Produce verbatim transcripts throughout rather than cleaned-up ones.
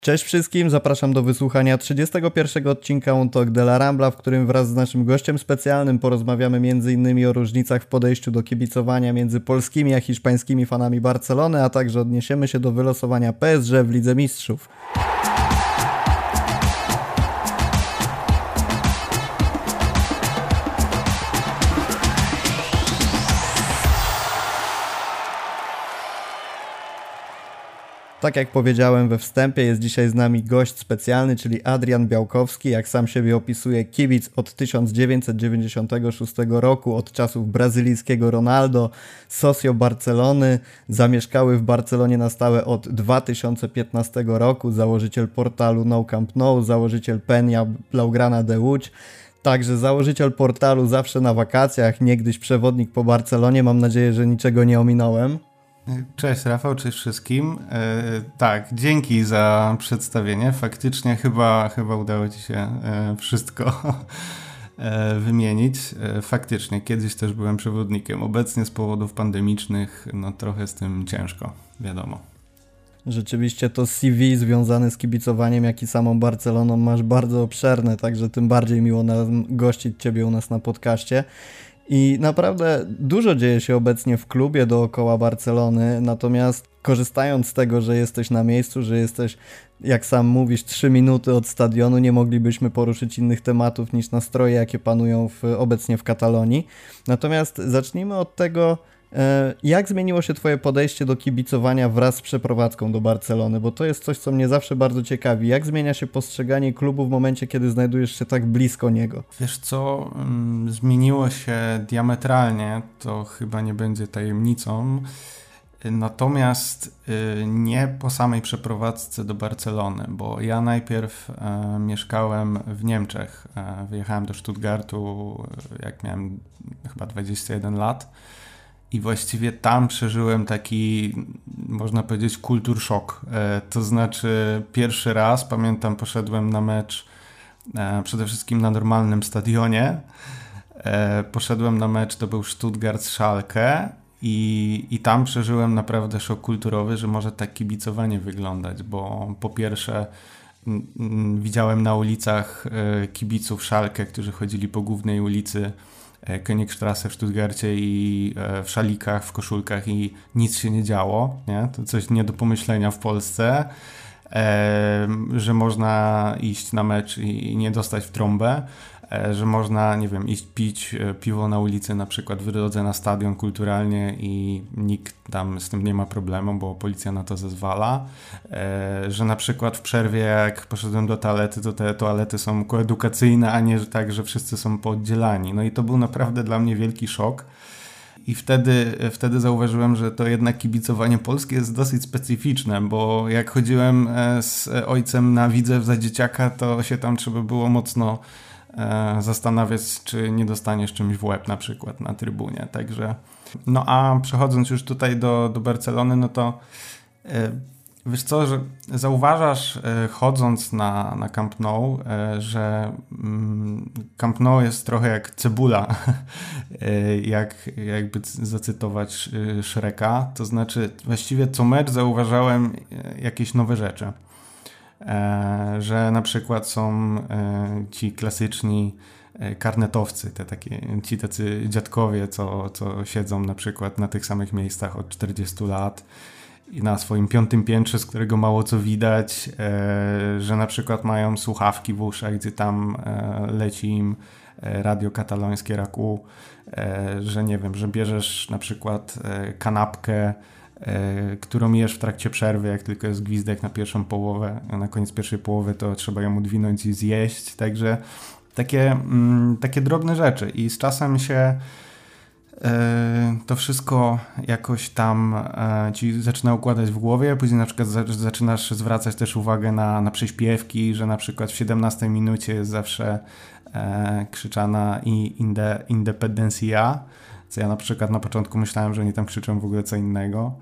Cześć wszystkim, zapraszam do wysłuchania trzydziestego pierwszego odcinka Un Talk de la Rambla, w którym wraz z naszym gościem specjalnym porozmawiamy między innymi o różnicach w podejściu do kibicowania między polskimi a hiszpańskimi fanami Barcelony, a także odniesiemy się do wylosowania P S G w Lidze Mistrzów. Tak jak powiedziałem we wstępie, jest dzisiaj z nami gość specjalny, czyli Adrian Białkowski, jak sam siebie opisuje, kibic od tysiąc dziewięćset dziewięćdziesiątego szóstego roku, od czasów brazylijskiego Ronaldo, socio Barcelony, zamieszkały w Barcelonie na stałe od dwa tysiące piętnastego roku, założyciel portalu No Camp No, założyciel Peña Blaugrana de Łódź, także założyciel portalu Zawsze na wakacjach, niegdyś przewodnik po Barcelonie, mam nadzieję, że niczego nie ominąłem. Cześć Rafał, cześć wszystkim. E, tak, dzięki za przedstawienie. Faktycznie chyba, chyba udało Ci się e, wszystko e, wymienić. E, faktycznie, kiedyś też byłem przewodnikiem. Obecnie z powodów pandemicznych no trochę z tym ciężko, wiadomo. Rzeczywiście to C V związane z kibicowaniem, jak i samą Barceloną masz bardzo obszerne, także tym bardziej miło nam gościć Ciebie u nas na podcaście. I naprawdę dużo dzieje się obecnie w klubie dookoła Barcelony, natomiast korzystając z tego, że jesteś na miejscu, że jesteś, jak sam mówisz, trzy minuty od stadionu, nie moglibyśmy poruszyć innych tematów niż nastroje, jakie panują w, obecnie w Katalonii. Natomiast zacznijmy od tego, jak zmieniło się Twoje podejście do kibicowania wraz z przeprowadzką do Barcelony, bo to jest coś, co mnie zawsze bardzo ciekawi. Jak zmienia się postrzeganie klubu w momencie, kiedy znajdujesz się tak blisko niego? Wiesz co, zmieniło się diametralnie, to chyba nie będzie tajemnicą, natomiast nie po samej przeprowadzce do Barcelony, bo ja najpierw mieszkałem w Niemczech, wyjechałem do Stuttgartu, jak miałem chyba dwadzieścia jeden lat. I właściwie tam przeżyłem taki, można powiedzieć, kultur szok. E, to znaczy pierwszy raz, pamiętam, poszedłem na mecz e, przede wszystkim na normalnym stadionie. E, poszedłem na mecz, to był Stuttgart-Schalke i, i tam przeżyłem naprawdę szok kulturowy, że może tak kibicowanie wyglądać, bo po pierwsze m, m, widziałem na ulicach e, kibiców Schalke, którzy chodzili po głównej ulicy Königstrasse w Stuttgarcie i w szalikach, w koszulkach i nic się nie działo, nie? To coś nie do pomyślenia w Polsce, e, że można iść na mecz i nie dostać w trąbę, e, że można, nie wiem, iść pić piwo na ulicy, na przykład w drodze na stadion kulturalnie i nikt tam z tym nie ma problemu, bo policja na to zezwala, e, że na przykład w przerwie jak poszedłem do toalety, to te toalety są koedukacyjne, a nie tak, że wszyscy są pooddzielani. No i to był naprawdę dla mnie wielki szok. I wtedy, wtedy zauważyłem, że to jednak kibicowanie polskie jest dosyć specyficzne, bo jak chodziłem z ojcem na Widzew za dzieciaka, to się tam trzeba było mocno e, zastanawiać, czy nie dostaniesz czymś w łeb na przykład na trybunie. Także, no a przechodząc już tutaj do, do Barcelony, no to e, wiesz co, że zauważasz e, chodząc na, na Camp Nou, e, że mm, Camp Nou jest trochę jak cebula, e, jak jakby zacytować e, Shreka, to znaczy właściwie co mecz zauważałem e, jakieś nowe rzeczy, e, że na przykład są e, ci klasyczni e, karnetowcy, te takie, ci tacy dziadkowie, co, co siedzą na przykład na tych samych miejscach od czterdziestu lat, i na swoim piątym piętrze, z którego mało co widać, e, że na przykład mają słuchawki w uszach, gdzie tam e, leci im e, radio katalońskie R A K U, e, że nie wiem, że bierzesz na przykład e, kanapkę, e, którą jesz w trakcie przerwy, jak tylko jest gwizdek na pierwszą połowę, a na koniec pierwszej połowy to trzeba ją odwinąć i zjeść, także takie, mm, takie drobne rzeczy i z czasem się to wszystko jakoś tam ci zaczyna układać w głowie, później na przykład zaczynasz zwracać też uwagę na, na przyśpiewki, że na przykład w siedemnastej minucie jest zawsze e, krzyczana inde, Independencia, co ja na przykład na początku myślałem, że oni tam krzyczą w ogóle co innego.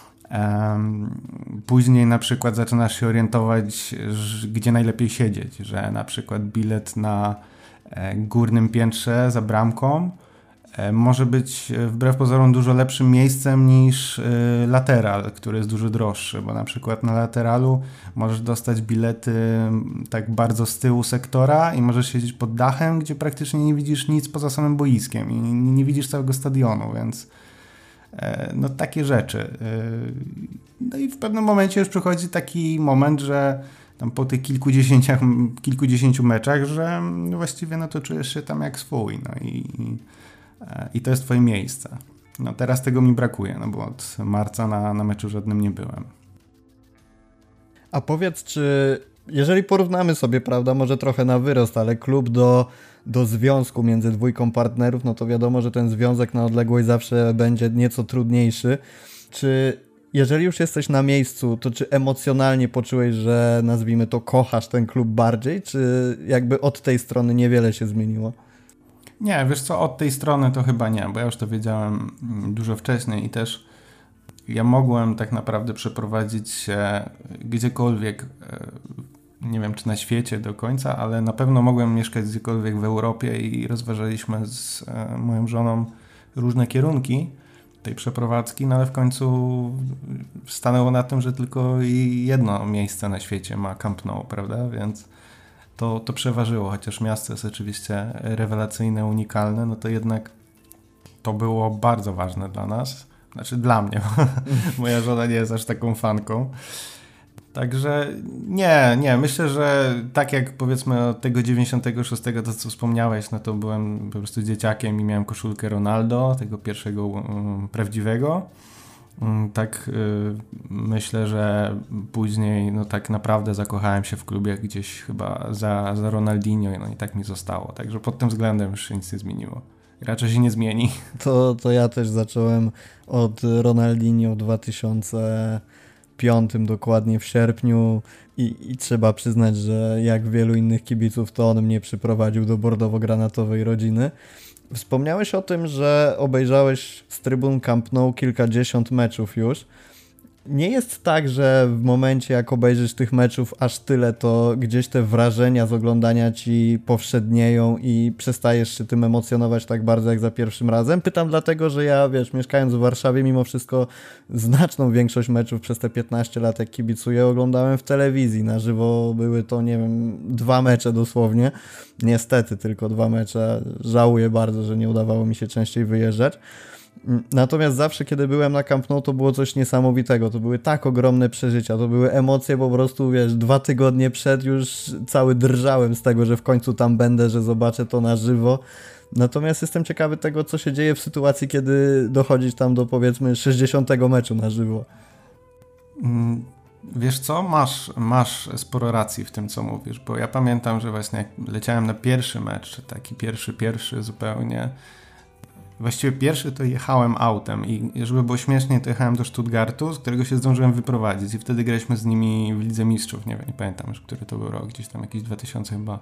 Później na przykład zaczynasz się orientować, gdzie najlepiej siedzieć, że na przykład bilet na górnym piętrze za bramką może być wbrew pozorom dużo lepszym miejscem niż lateral, który jest dużo droższy, bo na przykład na lateralu możesz dostać bilety tak bardzo z tyłu sektora i możesz siedzieć pod dachem, gdzie praktycznie nie widzisz nic poza samym boiskiem i nie widzisz całego stadionu, więc no takie rzeczy. No i w pewnym momencie już przychodzi taki moment, że tam po tych kilkudziesięciu, kilkudziesięciu meczach, że właściwie no to czujesz się tam jak swój, no i, i, i to jest twoje miejsce. No teraz tego mi brakuje, no bo od marca na, na meczu żadnym nie byłem. A powiedz, czy jeżeli porównamy sobie, prawda, może trochę na wyrost, ale klub do, do związku między dwójką partnerów, no to wiadomo, że ten związek na odległość zawsze będzie nieco trudniejszy. Czy jeżeli już jesteś na miejscu, to czy emocjonalnie poczułeś, że nazwijmy to kochasz ten klub bardziej, czy jakby od tej strony niewiele się zmieniło? Nie, wiesz co, od tej strony to chyba nie, bo ja już to wiedziałem dużo wcześniej i też ja mogłem tak naprawdę przeprowadzić się gdziekolwiek, nie wiem czy na świecie do końca, ale na pewno mogłem mieszkać gdziekolwiek w Europie i rozważaliśmy z moją żoną różne kierunki tej przeprowadzki, no ale w końcu stanęło na tym, że tylko jedno miejsce na świecie ma Camp Nou, prawda, więc to, to przeważyło, chociaż miasto jest oczywiście rewelacyjne, unikalne, no to jednak to było bardzo ważne dla nas, znaczy dla mnie, bo moja żona nie jest aż taką fanką. Także nie, nie, myślę, że tak jak powiedzmy od tego dziewięćdziesiątego szóstego, to co wspomniałeś, no to byłem po prostu dzieciakiem i miałem koszulkę Ronaldo, tego pierwszego um, prawdziwego. Um, tak y, myślę, że później no tak naprawdę zakochałem się w klubie gdzieś chyba za, za Ronaldinho, no i tak mi zostało. Także pod tym względem już się nic nie zmieniło. Raczej się nie zmieni. To, to ja też zacząłem od Ronaldinho w dwa tysiące piątym dokładnie w sierpniu i, i trzeba przyznać, że jak wielu innych kibiców, to on mnie przyprowadził do bordowo-granatowej rodziny. Wspomniałeś o tym, że obejrzałeś z trybun Camp Nou kilkadziesiąt meczów już. Nie jest tak, że w momencie jak obejrzysz tych meczów aż tyle, to gdzieś te wrażenia z oglądania ci powszednieją i przestajesz się tym emocjonować tak bardzo jak za pierwszym razem? Pytam dlatego, że ja, wiesz, mieszkając w Warszawie, mimo wszystko znaczną większość meczów przez te piętnaście lat, jak kibicuję, oglądałem w telewizji. Na żywo były to, nie wiem, dwa mecze dosłownie. Niestety tylko dwa mecze. Żałuję bardzo, że nie udawało mi się częściej wyjeżdżać. Natomiast zawsze, kiedy byłem na Camp Nou, to było coś niesamowitego. To były tak ogromne przeżycia, to były emocje po prostu, wiesz, dwa tygodnie przed już cały drżałem z tego, że w końcu tam będę, że zobaczę to na żywo. Natomiast jestem ciekawy tego, co się dzieje w sytuacji, kiedy dochodzisz tam do, powiedzmy, sześćdziesiątego meczu na żywo. Wiesz co, masz, masz sporo racji w tym, co mówisz, bo ja pamiętam, że właśnie jak leciałem na pierwszy mecz, taki pierwszy, pierwszy zupełnie, właściwie pierwszy to jechałem autem i żeby było śmiesznie, to jechałem do Stuttgartu, z którego się zdążyłem wyprowadzić i wtedy graliśmy z nimi w Lidze Mistrzów, nie wiem, nie pamiętam już, który to był rok, gdzieś tam jakiś dwa tysiące chyba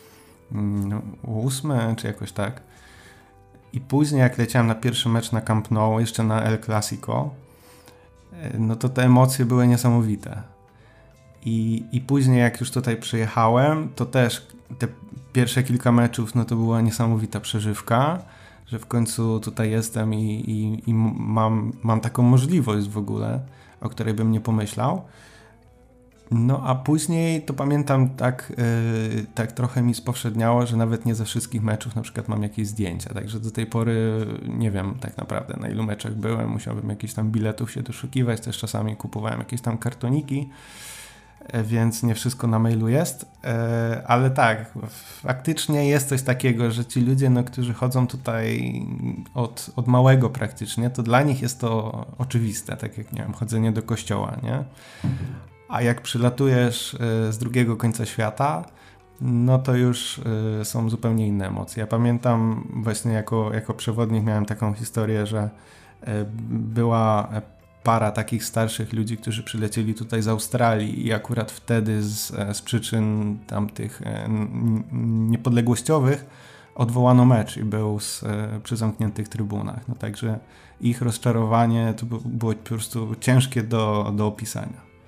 ósmy, czy jakoś tak. I później jak leciałem na pierwszy mecz na Camp Nou, jeszcze na El Clasico, no to te emocje były niesamowite. I, i później jak już tutaj przyjechałem, to też te pierwsze kilka meczów, no to była niesamowita przeżywka, że w końcu tutaj jestem i, i, i mam, mam taką możliwość w ogóle, o której bym nie pomyślał. No a później to pamiętam tak, yy, tak trochę mi spowszedniało, że nawet nie ze wszystkich meczów na przykład mam jakieś zdjęcia, także do tej pory nie wiem tak naprawdę na ilu meczach byłem, musiałbym jakichś tam biletów się doszukiwać, też czasami kupowałem jakieś tam kartoniki, więc nie wszystko na mailu jest, ale tak, faktycznie jest coś takiego, że ci ludzie, no, którzy chodzą tutaj od, od małego praktycznie, to dla nich jest to oczywiste, tak jak, nie wiem, chodzenie do kościoła, nie? A jak przylatujesz z drugiego końca świata, no to już są zupełnie inne emocje. Ja pamiętam właśnie jako, jako przewodnik miałem taką historię, że była para takich starszych ludzi, którzy przylecieli tutaj z Australii i akurat wtedy z, z przyczyn tamtych niepodległościowych odwołano mecz i był z, przy zamkniętych trybunach. No także ich rozczarowanie to było po prostu ciężkie do, do opisania.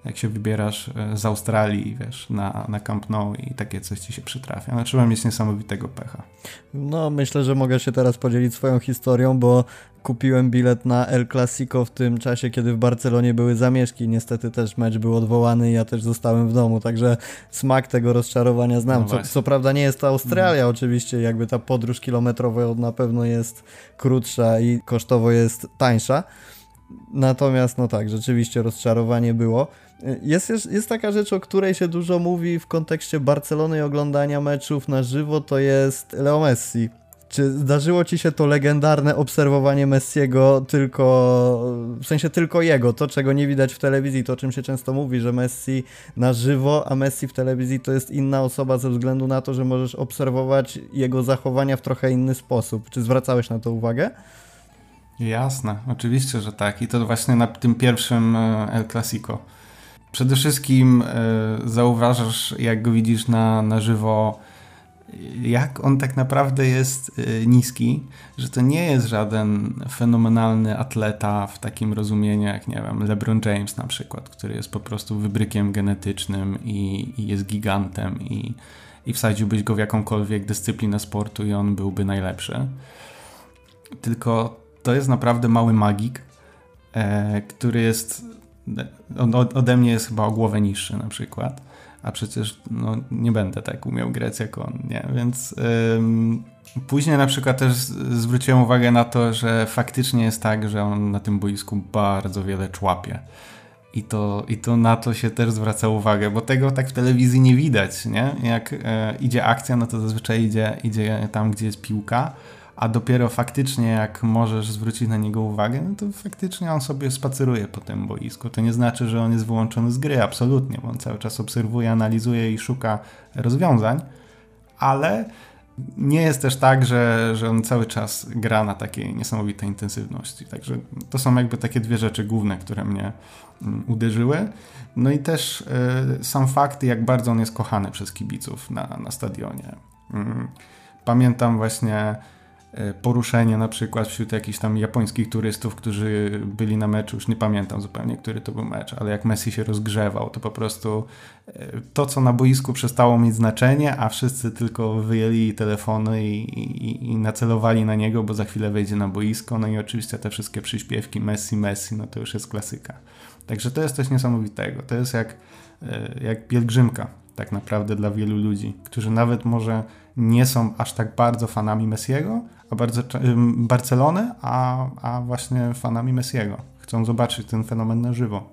jak się wybierasz z Australii, wiesz, na, na Camp Nou i takie coś ci się przytrafia. No, trzeba mieć niesamowitego pecha. No, myślę, że mogę się teraz podzielić swoją historią, bo kupiłem bilet na El Clasico w tym czasie, kiedy w Barcelonie były zamieszki. Niestety też mecz był odwołany i ja też zostałem w domu, także smak tego rozczarowania znam. No co, co prawda nie jest to Australia, mm. oczywiście, jakby ta podróż kilometrowa na pewno jest krótsza i kosztowo jest tańsza. Natomiast no tak, rzeczywiście rozczarowanie było. Jest, jest, jest taka rzecz, o której się dużo mówi w kontekście Barcelony i oglądania meczów na żywo, to jest Leo Messi. Czy zdarzyło ci się to legendarne obserwowanie Messiego tylko, w sensie tylko jego, to czego nie widać w telewizji, to o czym się często mówi, że Messi na żywo, a Messi w telewizji to jest inna osoba ze względu na to, że możesz obserwować jego zachowania w trochę inny sposób. Czy zwracałeś na to uwagę? Jasne, oczywiście, że tak. I to właśnie na tym pierwszym El Clasico. Przede wszystkim y, zauważasz, jak go widzisz na, na żywo, jak on tak naprawdę jest y, niski, że to nie jest żaden fenomenalny atleta w takim rozumieniu jak, nie wiem, LeBron James na przykład, który jest po prostu wybrykiem genetycznym i, i jest gigantem i, i wsadziłbyś go w jakąkolwiek dyscyplinę sportu i on byłby najlepszy. Tylko to jest naprawdę mały magik, e, który jest, on ode mnie jest chyba o głowę niższy na przykład, a przecież no, nie będę tak umiał grać jak on, nie? Więc ym, później na przykład też zwróciłem uwagę na to, że faktycznie jest tak, że on na tym boisku bardzo wiele człapie. I to, i to na to się też zwraca uwagę, bo tego tak w telewizji nie widać, nie? Jak e, idzie akcja, no to zazwyczaj idzie, idzie tam, gdzie jest piłka, a dopiero faktycznie jak możesz zwrócić na niego uwagę, no to faktycznie on sobie spaceruje po tym boisku. To nie znaczy, że on jest wyłączony z gry, absolutnie, bo on cały czas obserwuje, analizuje i szuka rozwiązań, ale nie jest też tak, że, że on cały czas gra na takiej niesamowitej intensywności. Także to są jakby takie dwie rzeczy główne, które mnie uderzyły. No i też y, sam fakt, jak bardzo on jest kochany przez kibiców na, na stadionie. Y, pamiętam właśnie poruszenie na przykład wśród jakichś tam japońskich turystów, którzy byli na meczu, już nie pamiętam zupełnie, który to był mecz, ale jak Messi się rozgrzewał, to po prostu to, co na boisku przestało mieć znaczenie, a wszyscy tylko wyjęli telefony i, i, i nacelowali na niego, bo za chwilę wejdzie na boisko, no i oczywiście te wszystkie przyśpiewki Messi, Messi, no to już jest klasyka. Także to jest coś niesamowitego. To jest jak, jak pielgrzymka tak naprawdę dla wielu ludzi, którzy nawet może nie są aż tak bardzo fanami Messiego, a bardzo Barcelony, a, a właśnie fanami Messiego. Chcą zobaczyć ten fenomen na żywo.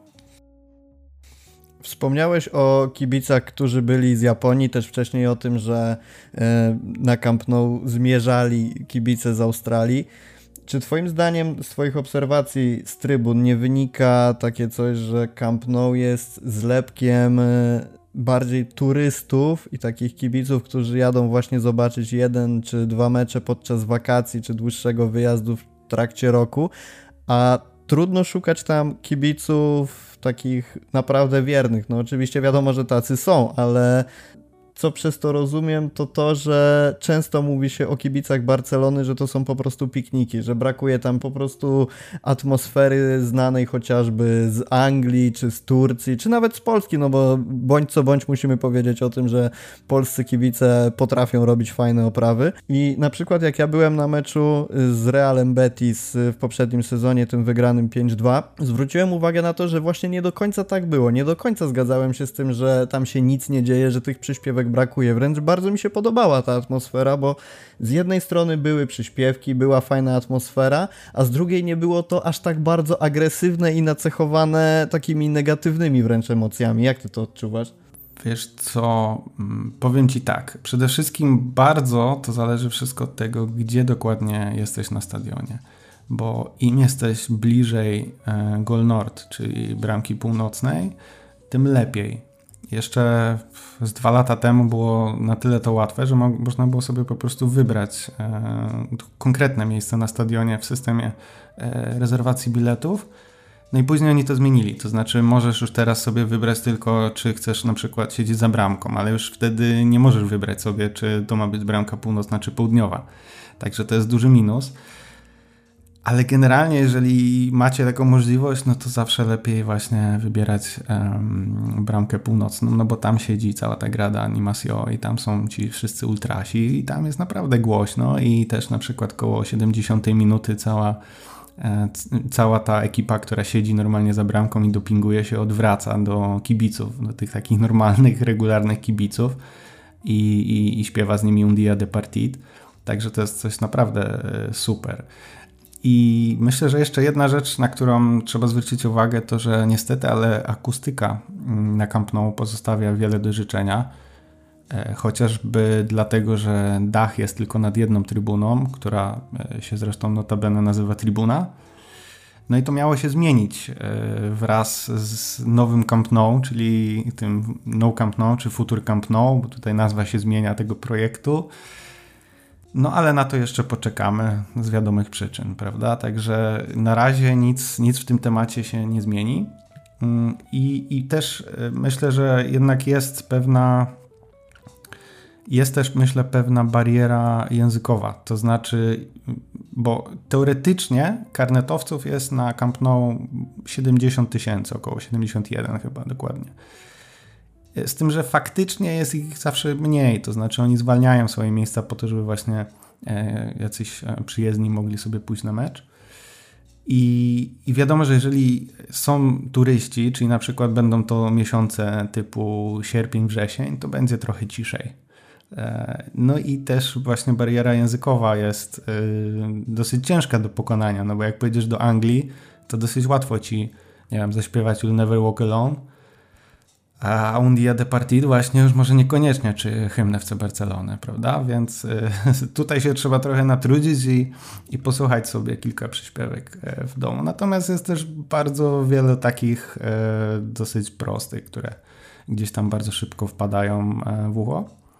Wspomniałeś o kibicach, którzy byli z Japonii, też wcześniej o tym, że na Camp Nou zmierzali kibice z Australii. Czy twoim zdaniem z twoich obserwacji z trybun nie wynika takie coś, że Camp Nou jest zlepkiem bardziej turystów i takich kibiców, którzy jadą właśnie zobaczyć jeden czy dwa mecze podczas wakacji czy dłuższego wyjazdu w trakcie roku, a trudno szukać tam kibiców takich naprawdę wiernych. No oczywiście wiadomo, że tacy są, ale co przez to rozumiem, to to, że często mówi się o kibicach Barcelony, że to są po prostu pikniki, że brakuje tam po prostu atmosfery znanej chociażby z Anglii, czy z Turcji, czy nawet z Polski, no bo bądź co bądź musimy powiedzieć o tym, że polscy kibice potrafią robić fajne oprawy. I na przykład jak ja byłem na meczu z Realem Betis w poprzednim sezonie, tym wygranym pięć dwa, zwróciłem uwagę na to, że właśnie nie do końca tak było. Nie do końca zgadzałem się z tym, że tam się nic nie dzieje, że tych przyśpiewek brakuje. Wręcz bardzo mi się podobała ta atmosfera, bo z jednej strony były przyśpiewki, była fajna atmosfera, a z drugiej nie było to aż tak bardzo agresywne i nacechowane takimi negatywnymi wręcz emocjami. Jak ty to odczuwasz? Wiesz co, powiem ci tak, przede wszystkim bardzo to zależy wszystko od tego, gdzie dokładnie jesteś na stadionie, bo im jesteś bliżej Gol Nord, czyli bramki północnej, tym lepiej. Jeszcze z dwa lata temu było na tyle to łatwe, że mo- można było sobie po prostu wybrać e, konkretne miejsce na stadionie w systemie e, rezerwacji biletów. No i później oni to zmienili, to znaczy możesz już teraz sobie wybrać tylko, czy chcesz na przykład siedzieć za bramką, ale już wtedy nie możesz wybrać sobie, czy to ma być bramka północna, czy południowa. Także to jest duży minus. Ale generalnie, jeżeli macie taką możliwość, no to zawsze lepiej właśnie wybierać um, bramkę północną, no bo tam siedzi cała ta grada Animación i tam są ci wszyscy ultrasi i tam jest naprawdę głośno i też na przykład koło siedemdziesiątej minuty cała, e, cała ta ekipa, która siedzi normalnie za bramką i dopinguje się, odwraca do kibiców, do tych takich normalnych, regularnych kibiców i, i, i śpiewa z nimi Un Día de Partit. Także to jest coś naprawdę super. I myślę, że jeszcze jedna rzecz, na którą trzeba zwrócić uwagę, to że niestety, ale akustyka na Camp Nou pozostawia wiele do życzenia. Chociażby dlatego, że dach jest tylko nad jedną trybuną, która się zresztą notabene nazywa Tribuna. No i to miało się zmienić wraz z nowym Camp Nou, czyli tym No Camp Nou, czy Future Camp Nou, bo tutaj nazwa się zmienia tego projektu. No ale na to jeszcze poczekamy z wiadomych przyczyn, prawda? Także na razie nic, nic w tym temacie się nie zmieni. I, i też myślę, że jednak jest pewna, jest też myślę pewna bariera językowa. To znaczy, bo teoretycznie karnetowców jest na Camp Nou siedemdziesiąt tysięcy, około siedemdziesiąt jeden chyba dokładnie. Z tym, że faktycznie jest ich zawsze mniej, to znaczy oni zwalniają swoje miejsca po to, żeby właśnie jacyś przyjezdni mogli sobie pójść na mecz. I, I wiadomo, że jeżeli są turyści, czyli na przykład będą to miesiące typu sierpień, wrzesień, to będzie trochę ciszej. No i też właśnie bariera językowa jest dosyć ciężka do pokonania, no bo jak pojedziesz do Anglii, to dosyć łatwo ci, nie wiem, zaśpiewać You'll Never Walk Alone, a Un Día de Partit właśnie już może niekoniecznie, czy hymn F C Barcelony, prawda? Więc y, tutaj się trzeba trochę natrudzić i, i posłuchać sobie kilka przyśpiewek w domu. Natomiast jest też bardzo wiele takich y, dosyć prostych, które gdzieś tam bardzo szybko wpadają w ucho.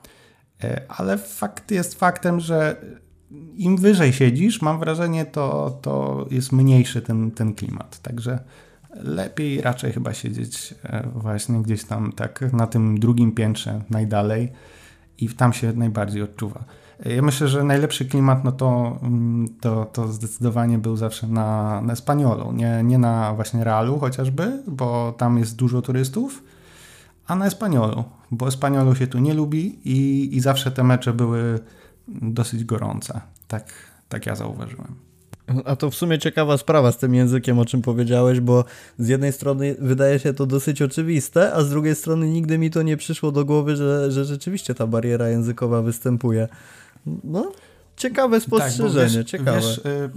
Y, ale fakt jest faktem, że im wyżej siedzisz, mam wrażenie, to, to jest mniejszy ten, ten klimat. Także lepiej raczej chyba siedzieć właśnie gdzieś tam tak na tym drugim piętrze najdalej i tam się najbardziej odczuwa. Ja myślę, że najlepszy klimat no to, to, to zdecydowanie był zawsze na, na Espaniolu, nie, nie na właśnie Realu chociażby, bo tam jest dużo turystów, a na Espaniolu, bo Espaniolu się tu nie lubi i, i zawsze te mecze były dosyć gorące. Tak, tak ja zauważyłem. A to w sumie ciekawa sprawa z tym językiem, o czym powiedziałeś, bo z jednej strony wydaje się to dosyć oczywiste, a z drugiej strony nigdy mi to nie przyszło do głowy, że, że rzeczywiście ta bariera językowa występuje. No, ciekawe spostrzeżenie, tak, wiesz, ciekawe. Wiesz, y-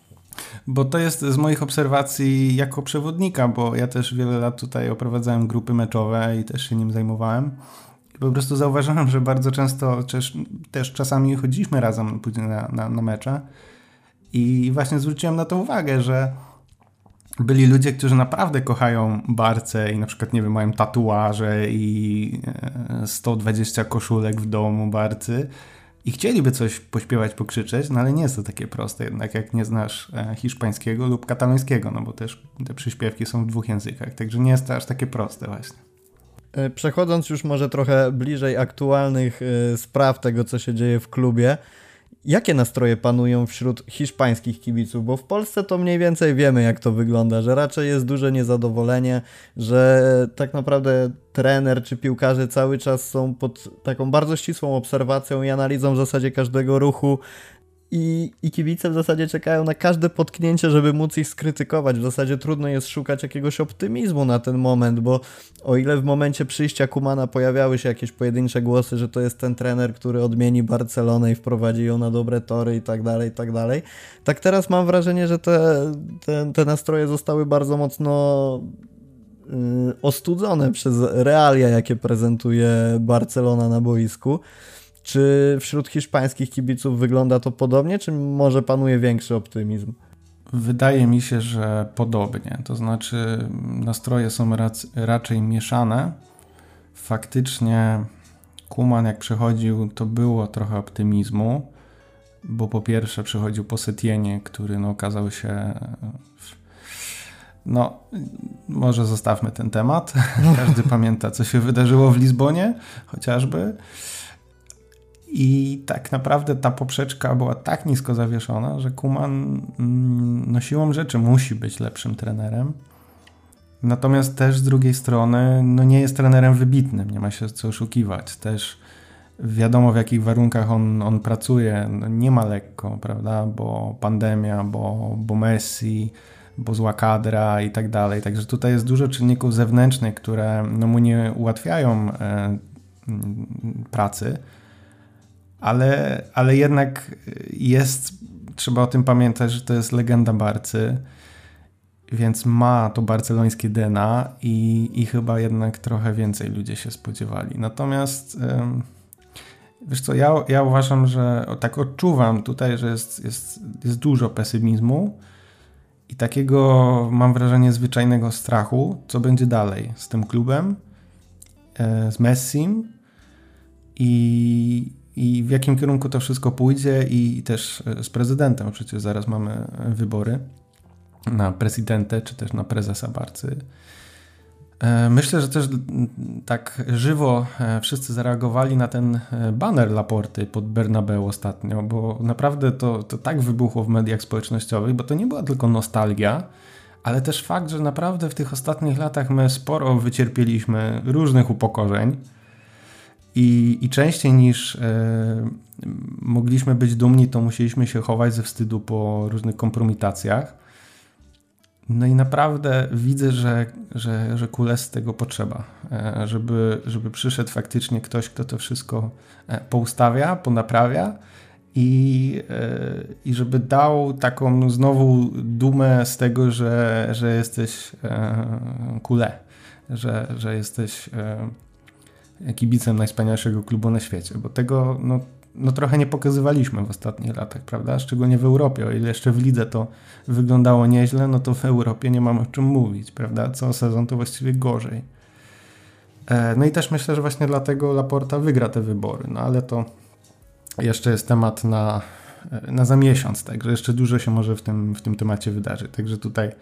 bo to jest z moich obserwacji jako przewodnika, bo ja też wiele lat tutaj oprowadzałem grupy meczowe i też się nim zajmowałem. I po prostu zauważyłem, że bardzo często też, też czasami chodziliśmy razem później na, na, na mecze. I właśnie zwróciłem na to uwagę, że byli ludzie, którzy naprawdę kochają Barcę i na przykład, nie wiem, mają tatuaże i sto dwadzieścia koszulek w domu Barcy i chcieliby coś pośpiewać, pokrzyczeć, no ale nie jest to takie proste jednak, jak nie znasz hiszpańskiego lub katalońskiego, no bo też te przyśpiewki są w dwóch językach, także nie jest to aż takie proste właśnie. Przechodząc już może trochę bliżej aktualnych spraw tego, co się dzieje w klubie, jakie nastroje panują wśród hiszpańskich kibiców? Bo w Polsce to mniej więcej wiemy, jak to wygląda, że raczej jest duże niezadowolenie, że tak naprawdę trener czy piłkarze cały czas są pod taką bardzo ścisłą obserwacją i analizą w zasadzie każdego ruchu i, i kibice w zasadzie czekają na każde potknięcie, żeby móc ich skrytykować. W zasadzie trudno jest szukać jakiegoś optymizmu na ten moment, bo o ile w momencie przyjścia Kumana pojawiały się jakieś pojedyncze głosy, że to jest ten trener, który odmieni Barcelonę i wprowadzi ją na dobre tory i tak dalej, i tak dalej, tak teraz mam wrażenie, że te, te, te nastroje zostały bardzo mocno yy, ostudzone przez realia, jakie prezentuje Barcelona na boisku. Czy wśród hiszpańskich kibiców wygląda to podobnie, czy może panuje większy optymizm? Wydaje mi się, że podobnie. To znaczy nastroje są rac- raczej mieszane. Faktycznie Koeman jak przychodził, to było trochę optymizmu, bo po pierwsze przychodził po Setienie, który no, okazał się... No, może zostawmy ten temat. Każdy pamięta, co się wydarzyło w Lizbonie, chociażby. I tak naprawdę ta poprzeczka była tak nisko zawieszona, że Koeman no siłą rzeczy musi być lepszym trenerem. Natomiast też z drugiej strony no nie jest trenerem wybitnym, nie ma się co oszukiwać. Też wiadomo w jakich warunkach on, on pracuje, no nie ma lekko, prawda, bo pandemia, bo, bo Messi, bo zła kadra i tak dalej. Także tutaj jest dużo czynników zewnętrznych, które no mu nie ułatwiają e, pracy, ale, ale jednak jest, trzeba o tym pamiętać, że to jest legenda Barcy, więc ma to barcelońskie D N A i, i chyba jednak trochę więcej ludzie się spodziewali. Natomiast wiesz co, ja, ja uważam, że tak odczuwam tutaj, że jest, jest, jest dużo pesymizmu i takiego, mam wrażenie, zwyczajnego strachu, co będzie dalej z tym klubem, z Messim i, i w jakim kierunku to wszystko pójdzie i też z prezydentem. Przecież zaraz mamy wybory na prezydentę, czy też na prezesa Barcy. Myślę, że też tak żywo wszyscy zareagowali na ten baner Laporty pod Bernabeu ostatnio, bo naprawdę to, to tak wybuchło w mediach społecznościowych, bo to nie była tylko nostalgia, ale też fakt, że naprawdę w tych ostatnich latach my sporo wycierpieliśmy różnych upokorzeń i, i częściej niż e, mogliśmy być dumni, to musieliśmy się chować ze wstydu po różnych kompromitacjach. No i naprawdę widzę, że, że, że Kules tego potrzeba, żeby, żeby przyszedł faktycznie ktoś, kto to wszystko poustawia, ponaprawia i, i żeby dał taką znowu dumę z tego, że, że jesteś Kule, że, że jesteś kibicem najwspanialszego klubu na świecie, bo tego no, no trochę nie pokazywaliśmy w ostatnich latach, prawda? Szczególnie w Europie. O ile jeszcze w lidze to wyglądało nieźle, no to w Europie nie mamy o czym mówić, prawda? Co sezon to właściwie gorzej. E, no i też myślę, że właśnie dlatego Laporta wygra te wybory, no ale to jeszcze jest temat na, na za miesiąc, także jeszcze dużo się może w tym, w tym temacie wydarzyć. Także tutaj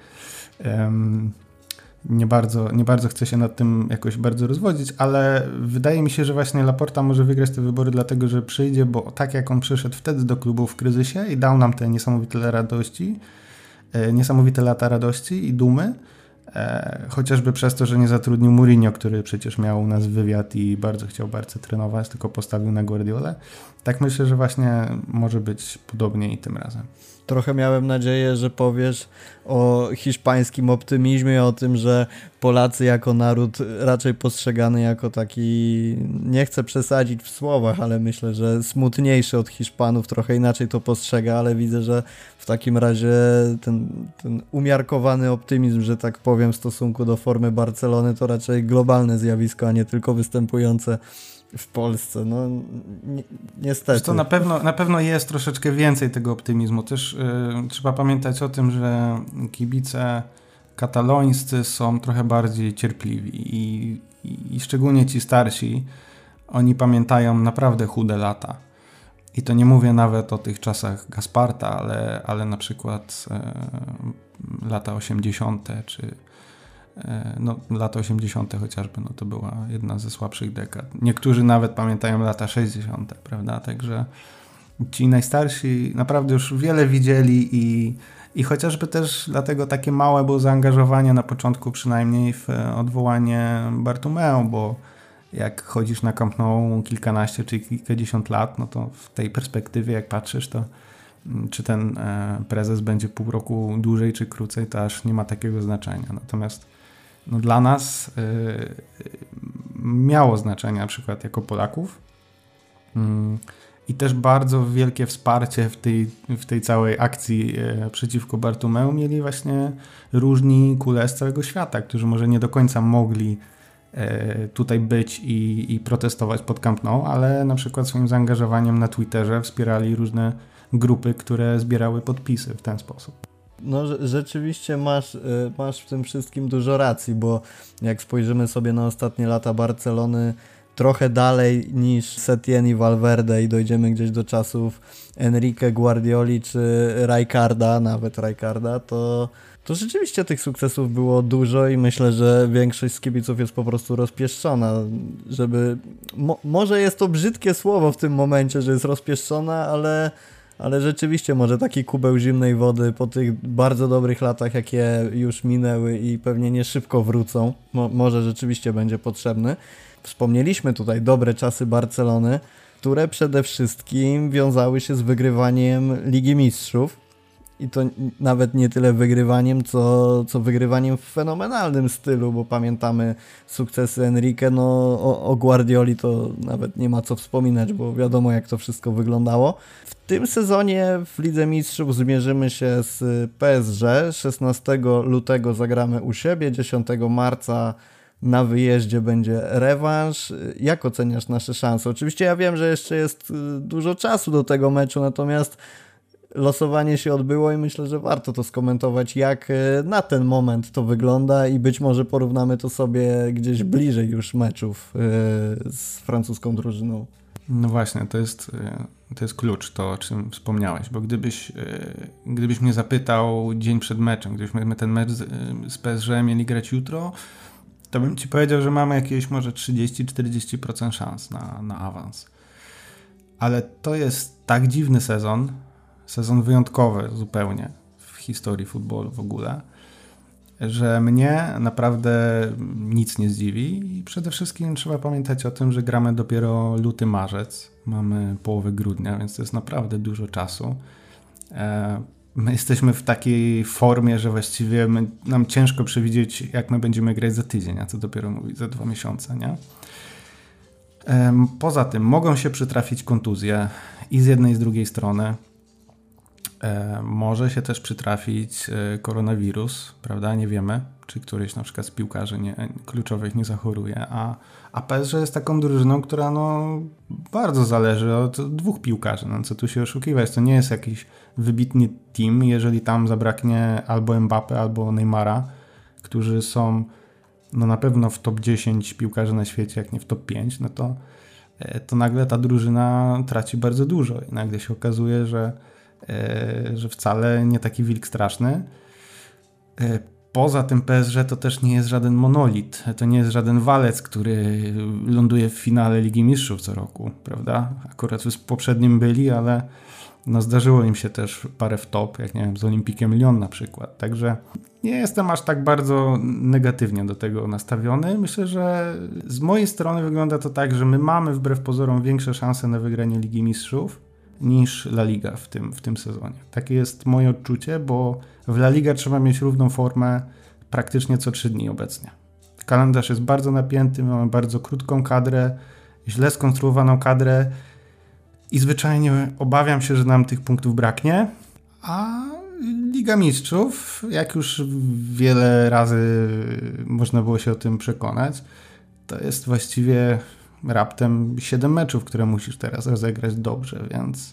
em, nie bardzo, nie bardzo chcę się nad tym jakoś bardzo rozwodzić, ale wydaje mi się, że właśnie Laporta może wygrać te wybory dlatego, że przyjdzie, bo tak jak on przyszedł wtedy do klubu w kryzysie i dał nam te niesamowite radości, e, niesamowite lata radości i dumy, e, chociażby przez to, że nie zatrudnił Mourinho, który przecież miał u nas wywiad i bardzo chciał Barcę trenować, tylko postawił na Guardiolę. Tak myślę, że właśnie może być podobnie i tym razem. Trochę miałem nadzieję, że powiesz o hiszpańskim optymizmie, o tym, że Polacy jako naród raczej postrzegany jako taki, nie chcę przesadzić w słowach, ale myślę, że smutniejszy od Hiszpanów, trochę inaczej to postrzega, ale widzę, że w takim razie ten, ten umiarkowany optymizm, że tak powiem, w stosunku do formy Barcelony to raczej globalne zjawisko, a nie tylko występujące w Polsce, no ni- niestety. To na pewno, na pewno jest troszeczkę więcej tego optymizmu. Też yy, trzeba pamiętać o tym, że kibice katalońscy są trochę bardziej cierpliwi i, i, i szczególnie ci starsi, oni pamiętają naprawdę chude lata. I to nie mówię nawet o tych czasach Gasparta, ale, ale na przykład yy, lata osiemdziesiąte czy no, lata osiemdziesiąte chociażby, no to była jedna ze słabszych dekad. Niektórzy nawet pamiętają lata sześćdziesiąte, prawda? Także ci najstarsi naprawdę już wiele widzieli i, i chociażby też dlatego takie małe było zaangażowanie na początku przynajmniej w odwołanie Bartomeu, bo jak chodzisz na Camp Nou kilkanaście czy kilkadziesiąt lat, no to w tej perspektywie jak patrzysz, to czy ten prezes będzie pół roku dłużej czy krócej, to aż nie ma takiego znaczenia. Natomiast no dla nas yy, miało znaczenie na przykład jako Polaków yy, i też bardzo wielkie wsparcie w tej, w tej całej akcji yy, przeciwko Bartomeu mieli właśnie różni kule z całego świata, którzy może nie do końca mogli yy, tutaj być i, i protestować pod Camp Nou, ale na przykład swoim zaangażowaniem na Twitterze wspierali różne grupy, które zbierały podpisy w ten sposób. No rzeczywiście masz, masz w tym wszystkim dużo racji, bo jak spojrzymy sobie na ostatnie lata Barcelony, trochę dalej niż Setien i Valverde i dojdziemy gdzieś do czasów Enrique, Guardioli czy Rijkaarda, nawet Rijkaarda, to, to rzeczywiście tych sukcesów było dużo i myślę, że większość z kibiców jest po prostu rozpieszczona, żeby... Mo, może jest to brzydkie słowo w tym momencie, że jest rozpieszczona, ale... Ale rzeczywiście może taki kubeł zimnej wody po tych bardzo dobrych latach, jakie już minęły i pewnie nie szybko wrócą, mo- może rzeczywiście będzie potrzebny. Wspomnieliśmy tutaj dobre czasy Barcelony, które przede wszystkim wiązały się z wygrywaniem Ligi Mistrzów. I to nawet nie tyle wygrywaniem, co, co wygrywaniem w fenomenalnym stylu, bo pamiętamy sukcesy Enrique, no o, o Guardioli to nawet nie ma co wspominać, bo wiadomo jak to wszystko wyglądało. W tym sezonie w Lidze Mistrzów zmierzymy się z P S G, szesnastego lutego zagramy u siebie, dziesiątego marca na wyjeździe będzie rewanż. Jak oceniasz nasze szanse? Oczywiście ja wiem, że jeszcze jest dużo czasu do tego meczu, natomiast losowanie się odbyło i myślę, że warto to skomentować, jak na ten moment to wygląda i być może porównamy to sobie gdzieś bliżej już meczów z francuską drużyną. No właśnie, to jest, to jest klucz, to o czym wspomniałeś, bo gdybyś, gdybyś mnie zapytał dzień przed meczem, gdybyśmy ten mecz z, z P S G mieli grać jutro, to bym ci powiedział, że mamy jakieś może trzydzieści do czterdziestu procent szans na, na awans. Ale to jest tak dziwny sezon, sezon wyjątkowy zupełnie w historii futbolu w ogóle, że mnie naprawdę nic nie zdziwi i przede wszystkim trzeba pamiętać o tym, że gramy dopiero luty, marzec, mamy połowę grudnia, więc to jest naprawdę dużo czasu. My jesteśmy w takiej formie, że właściwie my, nam ciężko przewidzieć, jak my będziemy grać za tydzień, a co dopiero mówić za dwa miesiące, nie? Poza tym mogą się przytrafić kontuzje i z jednej i z drugiej strony. Może się też przytrafić koronawirus, prawda? Nie wiemy, czy któryś na przykład z piłkarzy nie, kluczowych nie zachoruje, a, a P S G jest taką drużyną, która no bardzo zależy od dwóch piłkarzy, no co tu się oszukiwać, to nie jest jakiś wybitny team, jeżeli tam zabraknie albo Mbappé, albo Neymara, którzy są no na pewno w top dziesięć piłkarzy na świecie, jak nie w top pięć, no to, to nagle ta drużyna traci bardzo dużo i nagle się okazuje, że że wcale nie taki wilk straszny. Poza tym P S G to też nie jest żaden monolit, to nie jest żaden walec, który ląduje w finale Ligi Mistrzów co roku, prawda? Akurat z poprzednim byli, ale no zdarzyło im się też parę w top, jak nie wiem, z Olimpikiem Lyon na przykład. Także nie jestem aż tak bardzo negatywnie do tego nastawiony. Myślę, że z mojej strony wygląda to tak, że my mamy wbrew pozorom większe szanse na wygranie Ligi Mistrzów niż La Liga w tym, w tym sezonie. Takie jest moje odczucie, bo w La Liga trzeba mieć równą formę praktycznie co trzy dni obecnie. Kalendarz jest bardzo napięty, mamy bardzo krótką kadrę, źle skonstruowaną kadrę i zwyczajnie obawiam się, że nam tych punktów braknie, a Liga Mistrzów, jak już wiele razy można było się o tym przekonać, to jest właściwie raptem siedem meczów, które musisz teraz rozegrać dobrze, więc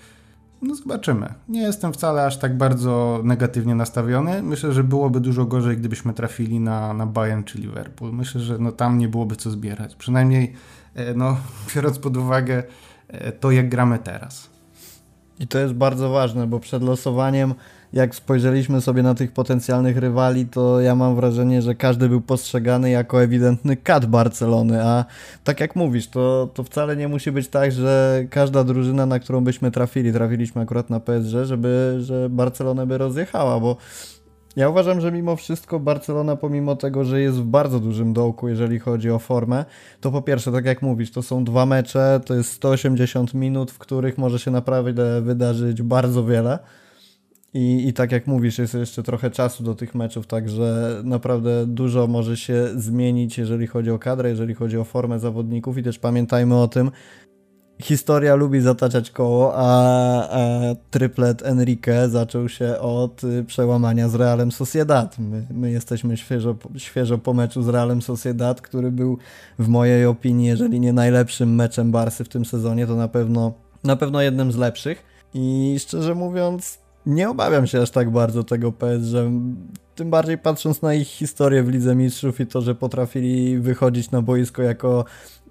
no zobaczymy. Nie jestem wcale aż tak bardzo negatywnie nastawiony. Myślę, że byłoby dużo gorzej, gdybyśmy trafili na, na Bayern czy Liverpool. Myślę, że no tam nie byłoby co zbierać. Przynajmniej no, biorąc pod uwagę to, jak gramy teraz. I to jest bardzo ważne, bo przed losowaniem, jak spojrzeliśmy sobie na tych potencjalnych rywali, to ja mam wrażenie, że każdy był postrzegany jako ewidentny kat Barcelony, a tak jak mówisz, to, to wcale nie musi być tak, że każda drużyna, na którą byśmy trafili, trafiliśmy akurat na P S G, żeby, że Barcelonę by rozjechała, bo ja uważam, że mimo wszystko Barcelona, pomimo tego, że jest w bardzo dużym dołku, jeżeli chodzi o formę, to po pierwsze, tak jak mówisz, to są dwa mecze, to jest sto osiemdziesiąt minut, w których może się naprawdę wydarzyć bardzo wiele. I, I tak jak mówisz, jest jeszcze trochę czasu do tych meczów, także naprawdę dużo może się zmienić, jeżeli chodzi o kadrę, jeżeli chodzi o formę zawodników i też pamiętajmy o tym, historia lubi zataczać koło, a, a triplet Enrique zaczął się od przełamania z Realem Sociedad. My, my jesteśmy świeżo, świeżo po meczu z Realem Sociedad, który był w mojej opinii, jeżeli nie najlepszym meczem Barsy w tym sezonie, to na pewno, na pewno jednym z lepszych. I szczerze mówiąc, nie obawiam się aż tak bardzo tego P S G, tym bardziej patrząc na ich historię w Lidze Mistrzów i to, że potrafili wychodzić na boisko jako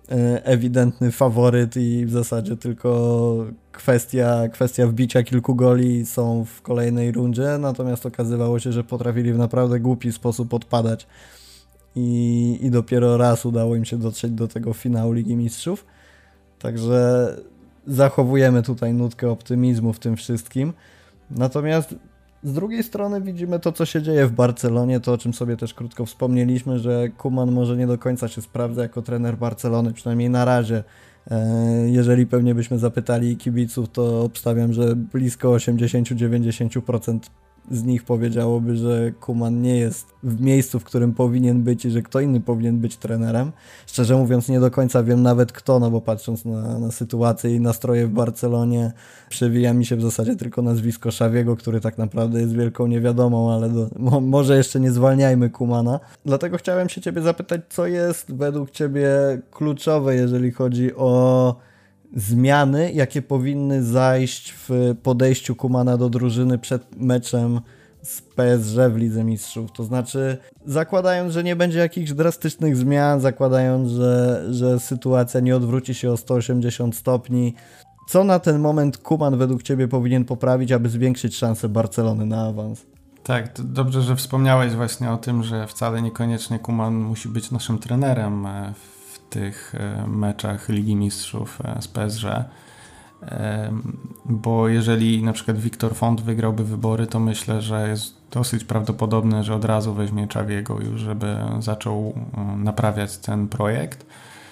ewidentny faworyt i w zasadzie tylko kwestia, kwestia wbicia kilku goli są w kolejnej rundzie, natomiast okazywało się, że potrafili w naprawdę głupi sposób odpadać i, i dopiero raz udało im się dotrzeć do tego finału Ligi Mistrzów. Także zachowujemy tutaj nutkę optymizmu w tym wszystkim. Natomiast z drugiej strony widzimy to, co się dzieje w Barcelonie, to o czym sobie też krótko wspomnieliśmy, że Koeman może nie do końca się sprawdza jako trener Barcelony, przynajmniej na razie. Jeżeli pewnie byśmy zapytali kibiców, to obstawiam, że blisko osiemdziesiąt do dziewięćdziesięciu procent z nich powiedziałoby, że Koeman nie jest w miejscu, w którym powinien być i że kto inny powinien być trenerem. Szczerze mówiąc nie do końca wiem nawet kto, no bo patrząc na, na sytuację i nastroje w Barcelonie przewija mi się w zasadzie tylko nazwisko Xaviego, który tak naprawdę jest wielką niewiadomą, ale do, mo, może jeszcze nie zwalniajmy Koemana. Dlatego chciałem się Ciebie zapytać, co jest według Ciebie kluczowe, jeżeli chodzi o zmiany, jakie powinny zajść w podejściu Koemana do drużyny przed meczem z P S G w Lidze Mistrzów. To znaczy, zakładając, że nie będzie jakichś drastycznych zmian, zakładając, że, że sytuacja nie odwróci się o sto osiemdziesiąt stopni, co na ten moment Koeman według Ciebie powinien poprawić, aby zwiększyć szanse Barcelony na awans? Tak, to dobrze, że wspomniałeś właśnie o tym, że wcale niekoniecznie Koeman musi być naszym trenerem w tych meczach Ligi Mistrzów z P S G, bo jeżeli na przykład Victor Font wygrałby wybory, to myślę, że jest dosyć prawdopodobne, że od razu weźmie Xaviego już, żeby zaczął naprawiać ten projekt.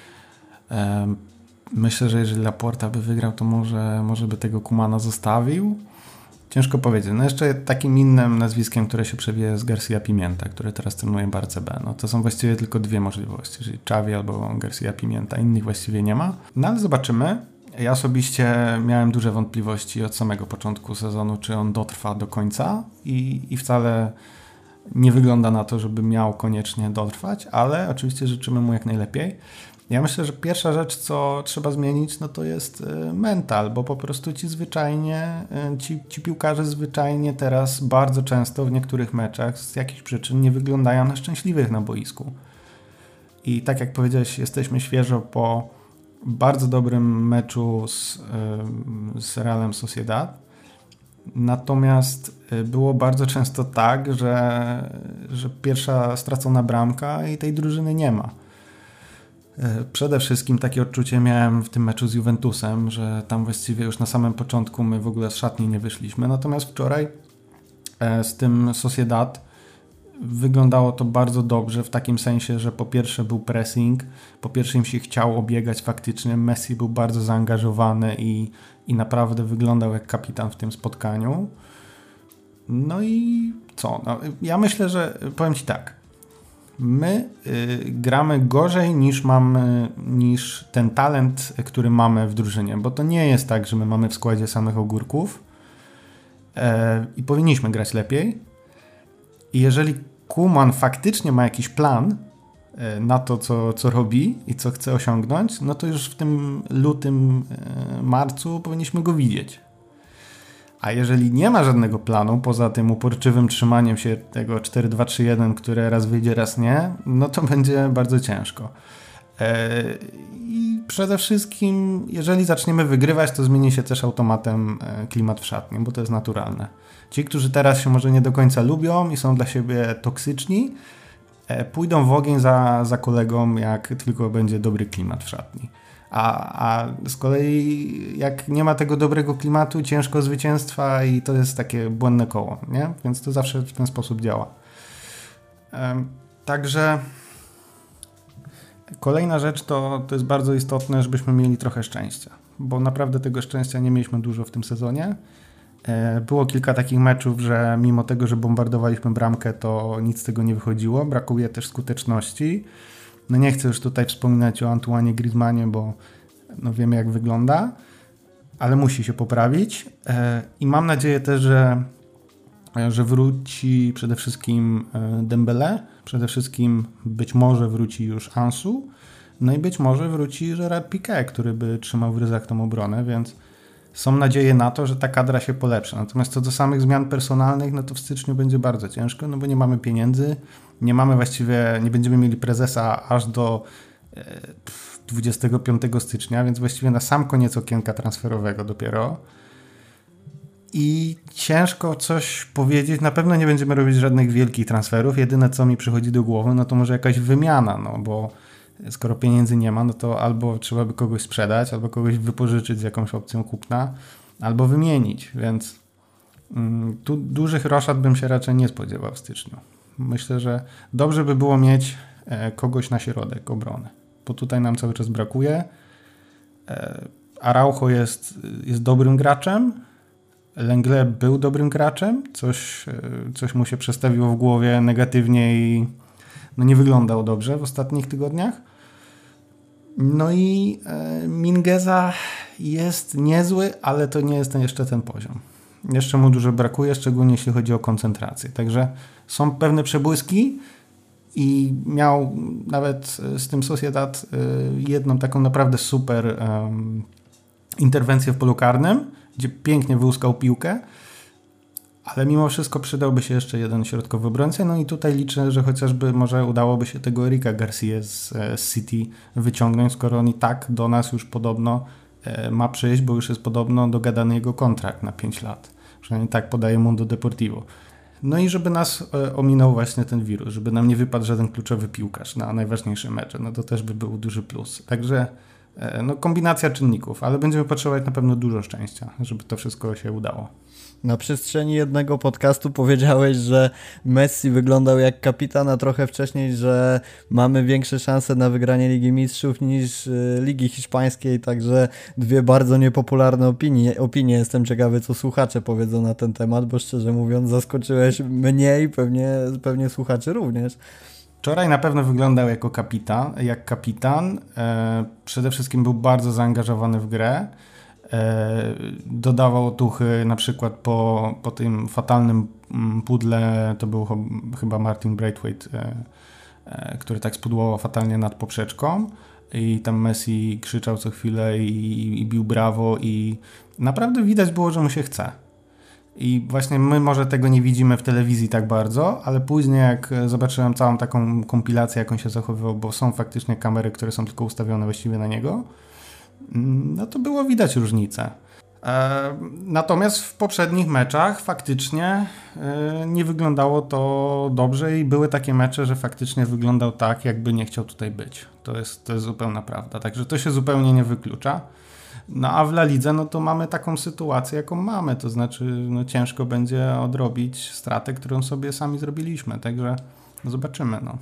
Myślę, że jeżeli Laporta by wygrał, to może, może by tego Koemana zostawił. Ciężko powiedzieć. No jeszcze takim innym nazwiskiem, które się przewija, jest García Pimienta, który teraz trenuje Barce B. No to są właściwie tylko dwie możliwości, czyli Xavi albo García Pimienta. Innych właściwie nie ma. No ale zobaczymy. Ja osobiście miałem duże wątpliwości od samego początku sezonu, czy on dotrwa do końca i, i wcale nie wygląda na to, żeby miał koniecznie dotrwać, ale oczywiście życzymy mu jak najlepiej. Ja myślę, że pierwsza rzecz, co trzeba zmienić, no to jest mental, bo po prostu ci zwyczajnie, ci, ci piłkarze zwyczajnie teraz bardzo często w niektórych meczach z jakichś przyczyn nie wyglądają na szczęśliwych na boisku. I tak jak powiedziałeś, jesteśmy świeżo po bardzo dobrym meczu z, z Realem Sociedad. Natomiast było bardzo często tak, że, że pierwsza stracona bramka i tej drużyny nie ma. Przede wszystkim takie odczucie miałem w tym meczu z Juventusem, że tam właściwie już na samym początku my w ogóle z szatni nie wyszliśmy. Natomiast wczoraj z tym Sociedad wyglądało to bardzo dobrze w takim sensie, że po pierwsze był pressing, po pierwsze im się chciało obiegać faktycznie. Messi był bardzo zaangażowany i, i naprawdę wyglądał jak kapitan w tym spotkaniu. No i co? No, ja myślę, że powiem Ci tak. My y, gramy gorzej niż mamy, niż ten talent, który mamy w drużynie, bo to nie jest tak, że my mamy w składzie samych ogórków e, i powinniśmy grać lepiej. I jeżeli Koeman faktycznie ma jakiś plan e, na to, co, co robi i co chce osiągnąć, no to już w tym lutym, e, marcu powinniśmy go widzieć. A jeżeli nie ma żadnego planu, poza tym uporczywym trzymaniem się tego cztery dwa trzy jeden, które raz wyjdzie, raz nie, no to będzie bardzo ciężko. I przede wszystkim, jeżeli zaczniemy wygrywać, to zmieni się też automatem klimat w szatni, bo to jest naturalne. Ci, którzy teraz się może nie do końca lubią i są dla siebie toksyczni, pójdą w ogień za, za kolegą, jak tylko będzie dobry klimat w szatni. A, a z kolei jak nie ma tego dobrego klimatu, ciężko zwycięstwa i to jest takie błędne koło, nie? Więc to zawsze w ten sposób działa. Um, także kolejna rzecz to, to jest bardzo istotne, żebyśmy mieli trochę szczęścia, bo naprawdę tego szczęścia nie mieliśmy dużo w tym sezonie. E, było kilka takich meczów, że mimo tego, że bombardowaliśmy bramkę, to nic z tego nie wychodziło. Brakuje też skuteczności. No nie chcę już tutaj wspominać o Antoine Griezmannie, bo no wiemy jak wygląda, ale musi się poprawić i mam nadzieję też, że, że wróci przede wszystkim Dembélé, przede wszystkim być może wróci już Ansu, no i być może wróci Gerard Piqué, który by trzymał w ryzach tą obronę, więc są nadzieje na to, że ta kadra się polepszy. Natomiast co do samych zmian personalnych, no to w styczniu będzie bardzo ciężko, no bo nie mamy pieniędzy, nie mamy właściwie, nie będziemy mieli prezesa aż do e, dwudziestego piątego stycznia, więc właściwie na sam koniec okienka transferowego dopiero. I ciężko coś powiedzieć. Na pewno nie będziemy robić żadnych wielkich transferów. Jedyne, co mi przychodzi do głowy, no to może jakaś wymiana, no bo skoro pieniędzy nie ma, no to albo trzeba by kogoś sprzedać, albo kogoś wypożyczyć z jakąś opcją kupna, albo wymienić, więc mm, tu dużych roszad bym się raczej nie spodziewał w styczniu. Myślę, że dobrze by było mieć e, kogoś na środek obrony, bo tutaj nam cały czas brakuje. E, Araujo jest, jest dobrym graczem, Lenglet był dobrym graczem, coś, e, coś mu się przestawiło w głowie negatywnie i no nie wyglądał dobrze w ostatnich tygodniach. No i e, Mingueza jest niezły, ale to nie jest ten, jeszcze ten poziom. Jeszcze mu dużo brakuje, szczególnie jeśli chodzi o koncentrację. Także są pewne przebłyski i miał nawet z tym Sociedad e, jedną taką naprawdę super e, interwencję w polu karnym, gdzie pięknie wyłuskał piłkę, ale mimo wszystko przydałby się jeszcze jeden środkowy obrońca, no i tutaj liczę, że chociażby może udałoby się tego Erika Garcia z, z City wyciągnąć, skoro on i tak do nas już podobno e, ma przyjść, bo już jest podobno dogadany jego kontrakt na pięć lat. Przynajmniej tak podaje Mundo Deportivo. No i żeby nas e, ominął właśnie ten wirus, żeby nam nie wypadł żaden kluczowy piłkarz na najważniejsze mecze, no to też by był duży plus. Także e, no kombinacja czynników, ale będziemy potrzebować na pewno dużo szczęścia, żeby to wszystko się udało. Na przestrzeni jednego podcastu powiedziałeś, że Messi wyglądał jak kapitan, a trochę wcześniej, że mamy większe szanse na wygranie Ligi Mistrzów niż Ligi Hiszpańskiej, także dwie bardzo niepopularne opinie. opinie. Jestem ciekawy, co słuchacze powiedzą na ten temat, bo szczerze mówiąc zaskoczyłeś mnie i pewnie, pewnie słuchaczy również. Wczoraj na pewno wyglądał jako kapitan, jak kapitan. E, przede wszystkim był bardzo zaangażowany w grę. Dodawał otuchy na przykład po, po tym fatalnym pudle, to był chyba Martin Braithwaite, który tak spudłował fatalnie nad poprzeczką i tam Messi krzyczał co chwilę i, i bił brawo i naprawdę widać było, że mu się chce. I właśnie my może tego nie widzimy w telewizji tak bardzo, ale później jak zobaczyłem całą taką kompilację, jak on się zachowywał, bo są faktycznie kamery, które są tylko ustawione właściwie na niego, no to było widać różnicę. E, natomiast w poprzednich meczach faktycznie e, nie wyglądało to dobrze i były takie mecze, że faktycznie wyglądał tak, jakby nie chciał tutaj być. To jest, to jest zupełna prawda. Także to się zupełnie nie wyklucza. No a w La Lidze no to mamy taką sytuację, jaką mamy. To znaczy no, ciężko będzie odrobić stratę, którą sobie sami zrobiliśmy. Także no, zobaczymy. No.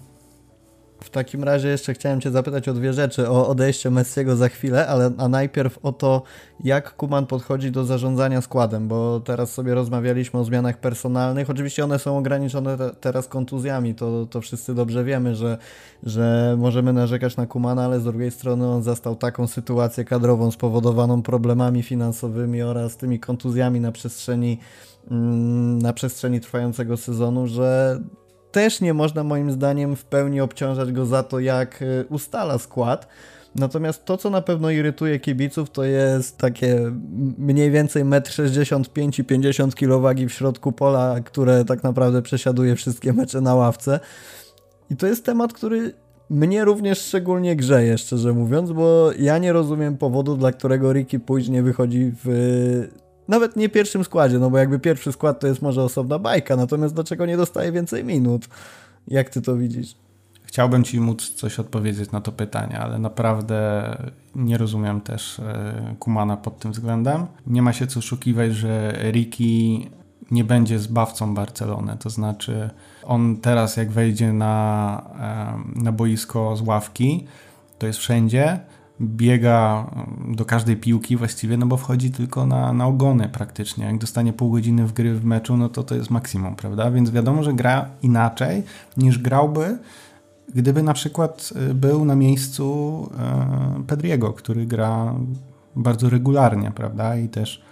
W takim razie jeszcze chciałem Cię zapytać o dwie rzeczy, o odejście Messiego za chwilę, ale a najpierw o to, jak Koeman podchodzi do zarządzania składem, bo teraz sobie rozmawialiśmy o zmianach personalnych, oczywiście one są ograniczone te, teraz kontuzjami, to, to wszyscy dobrze wiemy, że, że możemy narzekać na Koemana, ale z drugiej strony on zastał taką sytuację kadrową spowodowaną problemami finansowymi oraz tymi kontuzjami na przestrzeni, na przestrzeni trwającego sezonu, że też nie można moim zdaniem w pełni obciążać go za to, jak ustala skład. Natomiast to, co na pewno irytuje kibiców, to jest takie mniej więcej metr sześćdziesiąt pięć i pięćdziesiąt kilogramów wagi w środku pola, które tak naprawdę przesiaduje wszystkie mecze na ławce. I to jest temat, który mnie również szczególnie grzeje, szczerze mówiąc, bo ja nie rozumiem powodu, dla którego Ricky później wychodzi w... nawet nie pierwszym składzie, no bo jakby pierwszy skład to jest może osobna bajka, natomiast dlaczego nie dostaje więcej minut? Jak ty to widzisz? Chciałbym ci móc coś odpowiedzieć na to pytanie, ale naprawdę nie rozumiem też Koemana pod tym względem. Nie ma się co oszukiwać, że Ricky nie będzie zbawcą Barcelony, to znaczy on teraz jak wejdzie na, na boisko z ławki, to jest wszędzie, biega do każdej piłki właściwie, no bo wchodzi tylko na, na ogony praktycznie. Jak dostanie pół godziny w gry w meczu, no to to jest maksimum, prawda? Więc wiadomo, że gra inaczej niż grałby, gdyby na przykład był na miejscu e, Pedriego, który gra bardzo regularnie, prawda? I też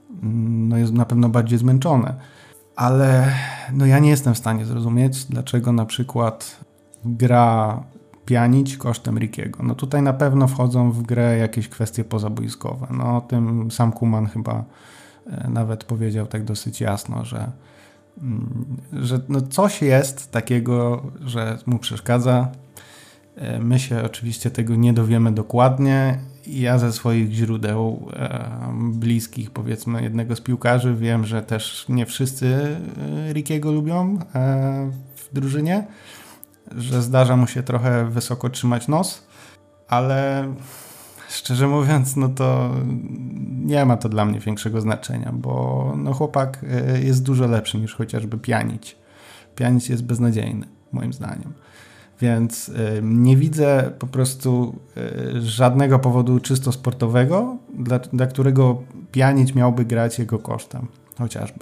no, jest na pewno bardziej zmęczony. Ale no, ja nie jestem w stanie zrozumieć, dlaczego na przykład gra Pjanić kosztem Rickiego. No tutaj na pewno wchodzą w grę jakieś kwestie pozaboiskowe. No o tym sam Koeman chyba nawet powiedział tak dosyć jasno, że, że no coś jest takiego, że mu przeszkadza My się oczywiście tego nie dowiemy dokładnie. Ja ze swoich źródeł e, bliskich, powiedzmy, jednego z piłkarzy wiem, że też nie wszyscy Rickiego lubią e, w drużynie, że zdarza mu się trochę wysoko trzymać nos, ale szczerze mówiąc, no to nie ma to dla mnie większego znaczenia, bo no chłopak jest dużo lepszy niż chociażby Pjanić. Pjanić jest beznadziejny, moim zdaniem. Więc y, nie widzę po prostu y, żadnego powodu czysto sportowego, dla, dla którego Pjanić miałby grać jego kosztem, chociażby.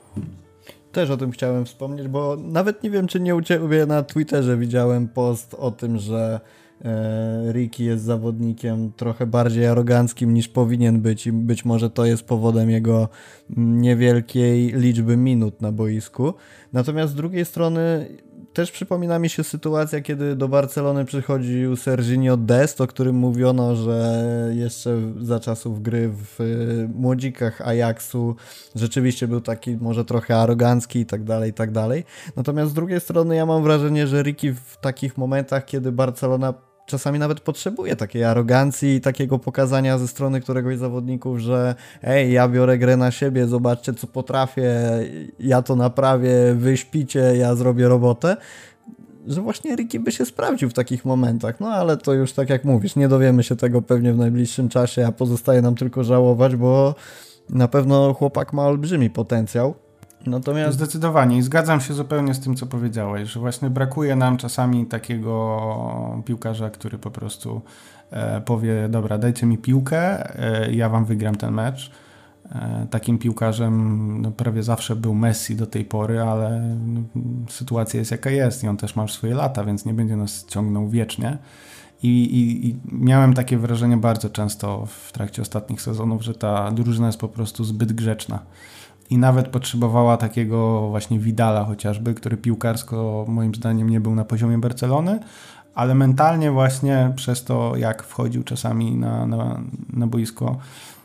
Też o tym chciałem wspomnieć, bo nawet nie wiem, czy nie u Ciebie na Twitterze widziałem post o tym, że e, Ricky jest zawodnikiem trochę bardziej aroganckim niż powinien być i być może to jest powodem jego niewielkiej liczby minut na boisku. Natomiast z drugiej strony też przypomina mi się sytuacja, kiedy do Barcelony przychodził Serginho Dest, o którym mówiono, że jeszcze za czasów gry w młodzikach Ajaxu rzeczywiście był taki może trochę arogancki i tak dalej, i tak dalej. Natomiast z drugiej strony ja mam wrażenie, że Ricky w takich momentach, kiedy Barcelona czasami nawet potrzebuje takiej arogancji i takiego pokazania ze strony któregoś z zawodników, że ej, ja biorę grę na siebie, zobaczcie co potrafię, ja to naprawię, wy śpicie, ja zrobię robotę, że właśnie Ricky by się sprawdził w takich momentach. No ale to już tak jak mówisz, nie dowiemy się tego pewnie w najbliższym czasie, a pozostaje nam tylko żałować, bo na pewno chłopak ma olbrzymi potencjał. Natomiast... Zdecydowanie i zgadzam się zupełnie z tym, co powiedziałeś, że właśnie brakuje nam czasami takiego piłkarza, który po prostu e, powie, dobra, dajcie mi piłkę, e, ja wam wygram ten mecz. E, takim piłkarzem no, prawie zawsze był Messi do tej pory, ale no, sytuacja jest jaka jest i on też ma już swoje lata, więc nie będzie nas ciągnął wiecznie. I, i, I miałem takie wrażenie bardzo często w trakcie ostatnich sezonów, że ta drużyna jest po prostu zbyt grzeczna. I nawet potrzebowała takiego właśnie Vidala chociażby, który piłkarsko moim zdaniem nie był na poziomie Barcelony, ale mentalnie właśnie przez to, jak wchodził czasami na, na, na boisko,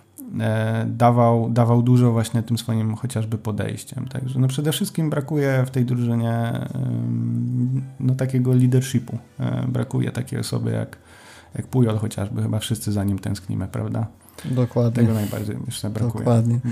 e, dawał, dawał dużo właśnie tym swoim chociażby podejściem. Także no przede wszystkim brakuje w tej drużynie e, no takiego leadershipu. E, brakuje takiej osoby jak, jak Pujol chociażby. Chyba wszyscy za nim tęsknimy, prawda? Dokładnie. Tego najbardziej jeszcze brakuje. Dokładnie.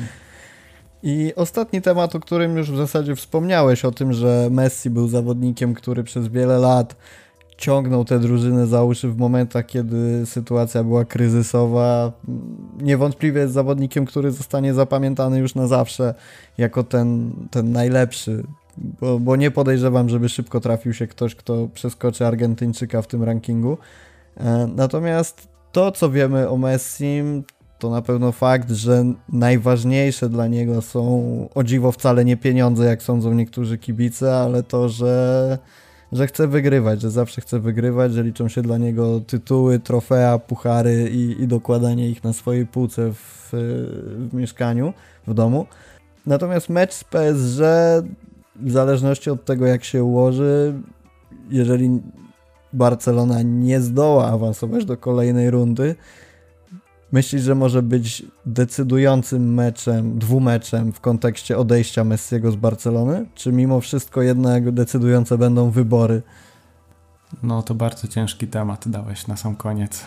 I ostatni temat, o którym już w zasadzie wspomniałeś, o tym, że Messi był zawodnikiem, który przez wiele lat ciągnął tę drużynę za uszy w momentach, kiedy sytuacja była kryzysowa. Niewątpliwie jest zawodnikiem, który zostanie zapamiętany już na zawsze jako ten, ten najlepszy, bo, bo nie podejrzewam, żeby szybko trafił się ktoś, kto przeskoczy Argentyńczyka w tym rankingu. Natomiast to, co wiemy o Messim, to na pewno fakt, że najważniejsze dla niego są o dziwo wcale nie pieniądze, jak sądzą niektórzy kibice, ale to, że, że chce wygrywać, że zawsze chce wygrywać, że liczą się dla niego tytuły, trofea, puchary i, i dokładanie ich na swojej półce w, w mieszkaniu, w domu. Natomiast mecz z P S G, w zależności od tego jak się ułoży, jeżeli Barcelona nie zdoła awansować do kolejnej rundy, myślisz, że może być decydującym meczem, dwumeczem w kontekście odejścia Messiego z Barcelony? Czy mimo wszystko jednak decydujące będą wybory? No to bardzo ciężki temat dałeś na sam koniec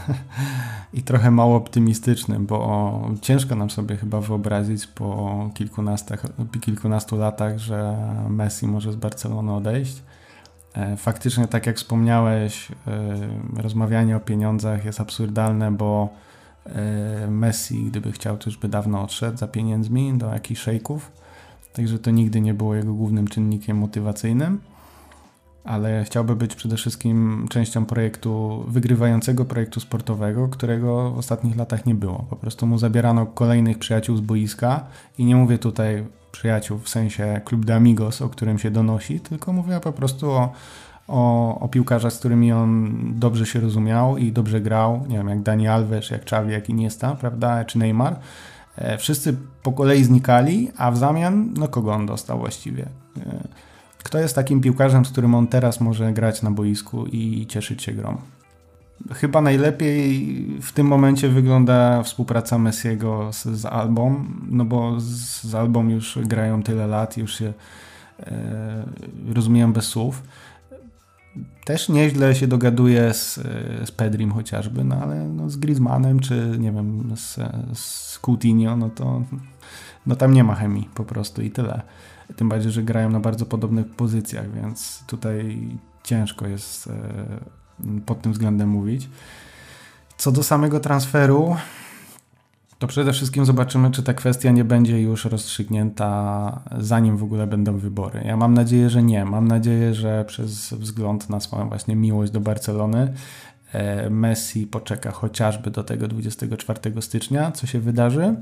i trochę mało optymistyczny, bo ciężko nam sobie chyba wyobrazić po kilkunastu latach, że Messi może z Barcelony odejść. Faktycznie, tak jak wspomniałeś, rozmawianie o pieniądzach jest absurdalne, bo Messi, gdyby chciał, to już by dawno odszedł za pieniędzmi do jakichś szejków, także to nigdy nie było jego głównym czynnikiem motywacyjnym, ale chciałby być przede wszystkim częścią projektu, wygrywającego projektu sportowego, którego w ostatnich latach nie było. Po prostu mu zabierano kolejnych przyjaciół z boiska i nie mówię tutaj przyjaciół w sensie Club de Amigos, o którym się donosi, tylko mówię po prostu o O, o piłkarzach, z którymi on dobrze się rozumiał i dobrze grał, nie wiem, jak Dani Alves, jak Xavi, jak Iniesta, prawda, czy Neymar. E, wszyscy po kolei znikali, a w zamian, no kogo on dostał właściwie? E, kto jest takim piłkarzem, z którym on teraz może grać na boisku i cieszyć się grą? Chyba najlepiej w tym momencie wygląda współpraca Messiego z, z Albą, no bo z, z Albą już grają tyle lat, już się e, rozumieją bez słów. też nieźle się dogaduje z, z Pedrim chociażby, no ale no z Griezmannem czy nie wiem, z, z Coutinho, no to no tam nie ma chemii po prostu i tyle. Tym bardziej, że grają na bardzo podobnych pozycjach, więc tutaj ciężko jest pod tym względem mówić. Co do samego transferu, to przede wszystkim zobaczymy, czy ta kwestia nie będzie już rozstrzygnięta, zanim w ogóle będą wybory. Ja mam nadzieję, że nie. Mam nadzieję, że przez wzgląd na swoją właśnie miłość do Barcelony Messi poczeka chociażby do tego dwudziestego czwartego stycznia, co się wydarzy,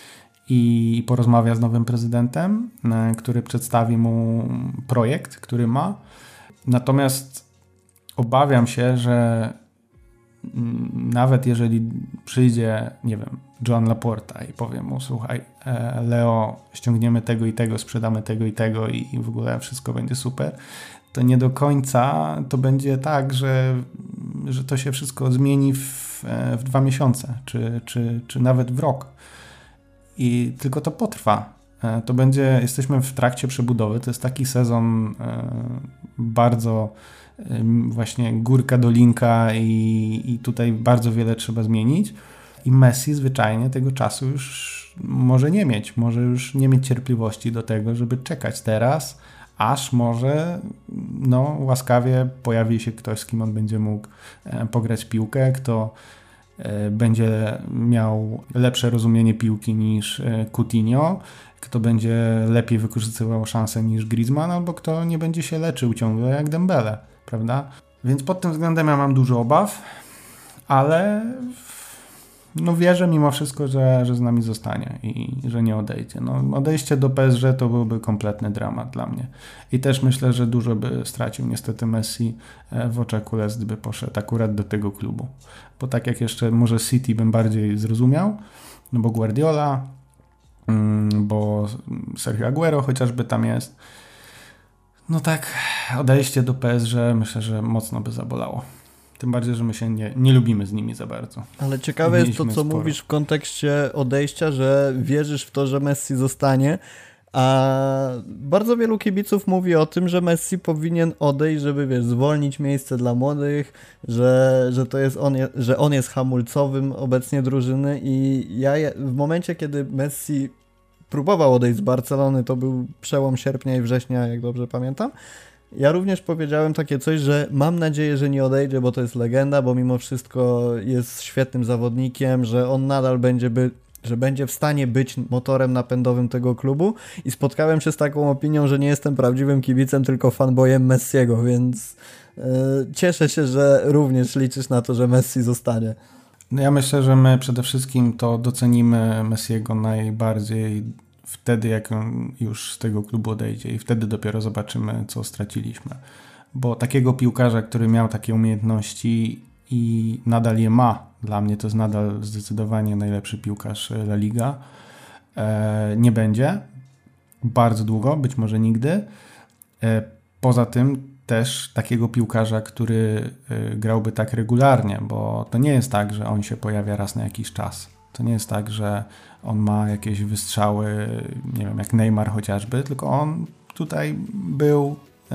i porozmawia z nowym prezydentem, który przedstawi mu projekt, który ma. Natomiast obawiam się, że nawet jeżeli przyjdzie, nie wiem, Joan Laporta i powie mu, słuchaj, Leo, ściągniemy tego i tego, sprzedamy tego i tego i w ogóle wszystko będzie super, to nie do końca to będzie tak, że, że to się wszystko zmieni w, w dwa miesiące, czy, czy, czy nawet w rok. I tylko to potrwa. To będzie, jesteśmy w trakcie przebudowy, to jest taki sezon bardzo właśnie górka dolinka i, i tutaj bardzo wiele trzeba zmienić i Messi zwyczajnie tego czasu już może nie mieć, może już nie mieć cierpliwości do tego, żeby czekać teraz, aż może no łaskawie pojawi się ktoś, z kim on będzie mógł pograć piłkę, kto będzie miał lepsze rozumienie piłki niż Coutinho, kto będzie lepiej wykorzystywał szansę niż Griezmann, albo kto nie będzie się leczył ciągle jak Dembele, prawda? Więc pod tym względem ja mam dużo obaw, ale no wierzę mimo wszystko, że, że z nami zostanie i że nie odejdzie. No, odejście do P S G to byłby kompletny dramat dla mnie. I też myślę, że dużo by stracił niestety Messi w oczach Kulec, gdyby poszedł akurat do tego klubu. Bo tak jak jeszcze może City bym bardziej zrozumiał, no bo Guardiola, bo Sergio Aguero chociażby tam jest. No tak, odejście do P S G myślę, że mocno by zabolało. Tym bardziej, że my się nie, nie lubimy z nimi za bardzo. Ale ciekawe jest to, co sporo mówisz w kontekście odejścia, że wierzysz w to, że Messi zostanie, a bardzo wielu kibiców mówi o tym, że Messi powinien odejść, żeby wiesz, zwolnić miejsce dla młodych, że, że to jest on, że on jest hamulcowym obecnie drużyny i ja w momencie, kiedy Messi próbował odejść z Barcelony, to był przełom sierpnia i września, jak dobrze pamiętam, ja również powiedziałem takie coś, że mam nadzieję, że nie odejdzie, bo to jest legenda, bo mimo wszystko jest świetnym zawodnikiem, że on nadal będzie, by, że będzie w stanie być motorem napędowym tego klubu i spotkałem się z taką opinią, że nie jestem prawdziwym kibicem, tylko fanboyem Messiego, więc yy, cieszę się, że również liczysz na to, że Messi zostanie. No ja myślę, że my przede wszystkim to docenimy Messiego najbardziej wtedy, jak on już z tego klubu odejdzie i wtedy dopiero zobaczymy, co straciliśmy. Bo takiego piłkarza, który miał takie umiejętności i nadal je ma, dla mnie to jest nadal zdecydowanie najlepszy piłkarz La Liga, e, nie będzie. Bardzo długo, być może nigdy. E, poza tym też takiego piłkarza, który e, grałby tak regularnie, bo to nie jest tak, że on się pojawia raz na jakiś czas. To nie jest tak, że on ma jakieś wystrzały, nie wiem, jak Neymar chociażby, tylko on tutaj był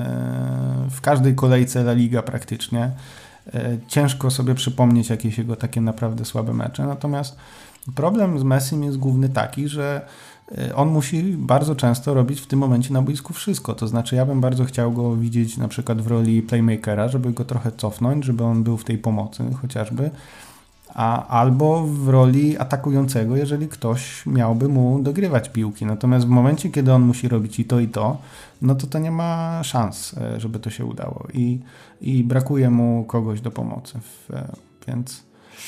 w każdej kolejce La Liga praktycznie. Ciężko sobie przypomnieć jakieś jego takie naprawdę słabe mecze, natomiast problem z Messim jest główny taki, że on musi bardzo często robić w tym momencie na boisku wszystko, to znaczy ja bym bardzo chciał go widzieć na przykład w roli playmakera, żeby go trochę cofnąć, żeby on był w tej pomocy chociażby, A, albo w roli atakującego, jeżeli ktoś miałby mu dogrywać piłki. Natomiast w momencie, kiedy on musi robić i to, i to, no to to nie ma szans, żeby to się udało. I, i brakuje mu kogoś do pomocy. Więc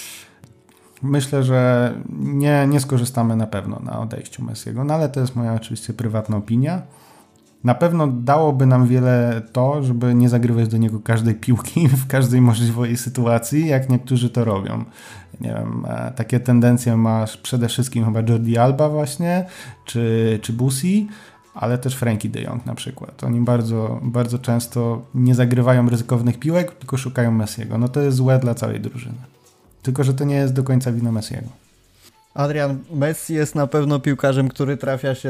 myślę, że nie, nie skorzystamy na pewno na odejściu Messiego. No ale to jest moja oczywiście prywatna opinia. Na pewno dałoby nam wiele to, żeby nie zagrywać do niego każdej piłki w każdej możliwej sytuacji, jak niektórzy to robią. Nie wiem, takie tendencje masz przede wszystkim chyba Jordi Alba właśnie, czy, czy Busi, ale też Frenkie de Jong na przykład. Oni bardzo, bardzo często nie zagrywają ryzykownych piłek, tylko szukają Messiego. No to jest złe dla całej drużyny. Tylko że to nie jest do końca wina Messiego. Adrian, Messi jest na pewno piłkarzem, który trafia się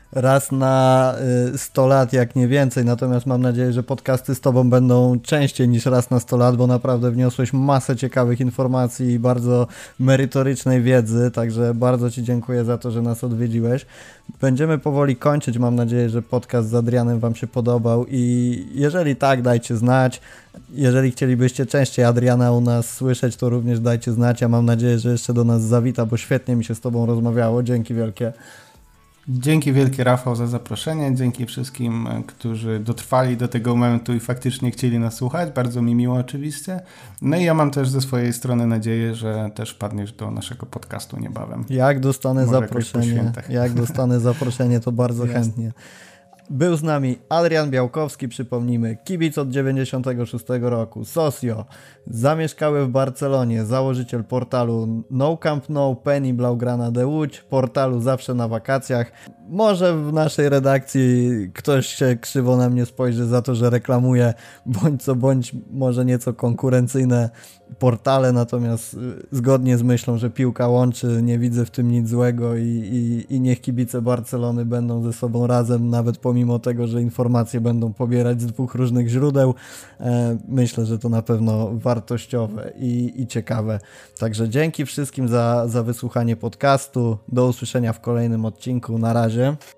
raz na sto lat, jak nie więcej, natomiast mam nadzieję, że podcasty z Tobą będą częściej niż raz na sto lat, bo naprawdę wniosłeś masę ciekawych informacji i bardzo merytorycznej wiedzy, także bardzo Ci dziękuję za to, że nas odwiedziłeś. Będziemy powoli kończyć, mam nadzieję, że podcast z Adrianem Wam się podobał i jeżeli tak, dajcie znać. Jeżeli chcielibyście częściej Adriana u nas słyszeć, to również dajcie znać. Ja mam nadzieję, że jeszcze do nas zawita, bo świetnie mi się z Tobą rozmawiało. Dzięki wielkie. Dzięki wielkie, Rafał, za zaproszenie. Dzięki wszystkim, którzy dotrwali do tego momentu i faktycznie chcieli nas słuchać. Bardzo mi miło oczywiście. No i ja mam też ze swojej strony nadzieję, że też wpadniesz do naszego podcastu niebawem. Jak dostanę Może zaproszenie, jak dostanę zaproszenie, to bardzo Jest. chętnie. Był z nami Adrian Białkowski, przypomnijmy, kibic od dziewięćdziesiątego szóstego roku, socio, zamieszkały w Barcelonie, założyciel portalu No Camp No, Penny Blaugrana de Łódź, portalu Zawsze na wakacjach. Może w naszej redakcji ktoś się krzywo na mnie spojrzy za to, że reklamuję bądź co bądź może nieco konkurencyjne portale, natomiast zgodnie z myślą, że piłka łączy, nie widzę w tym nic złego i, i, i niech kibice Barcelony będą ze sobą razem, nawet pomimo tego, że informacje będą pobierać z dwóch różnych źródeł. E, myślę, że to na pewno wartościowe i, i ciekawe. Także dzięki wszystkim za, za wysłuchanie podcastu. Do usłyszenia w kolejnym odcinku. Na razie.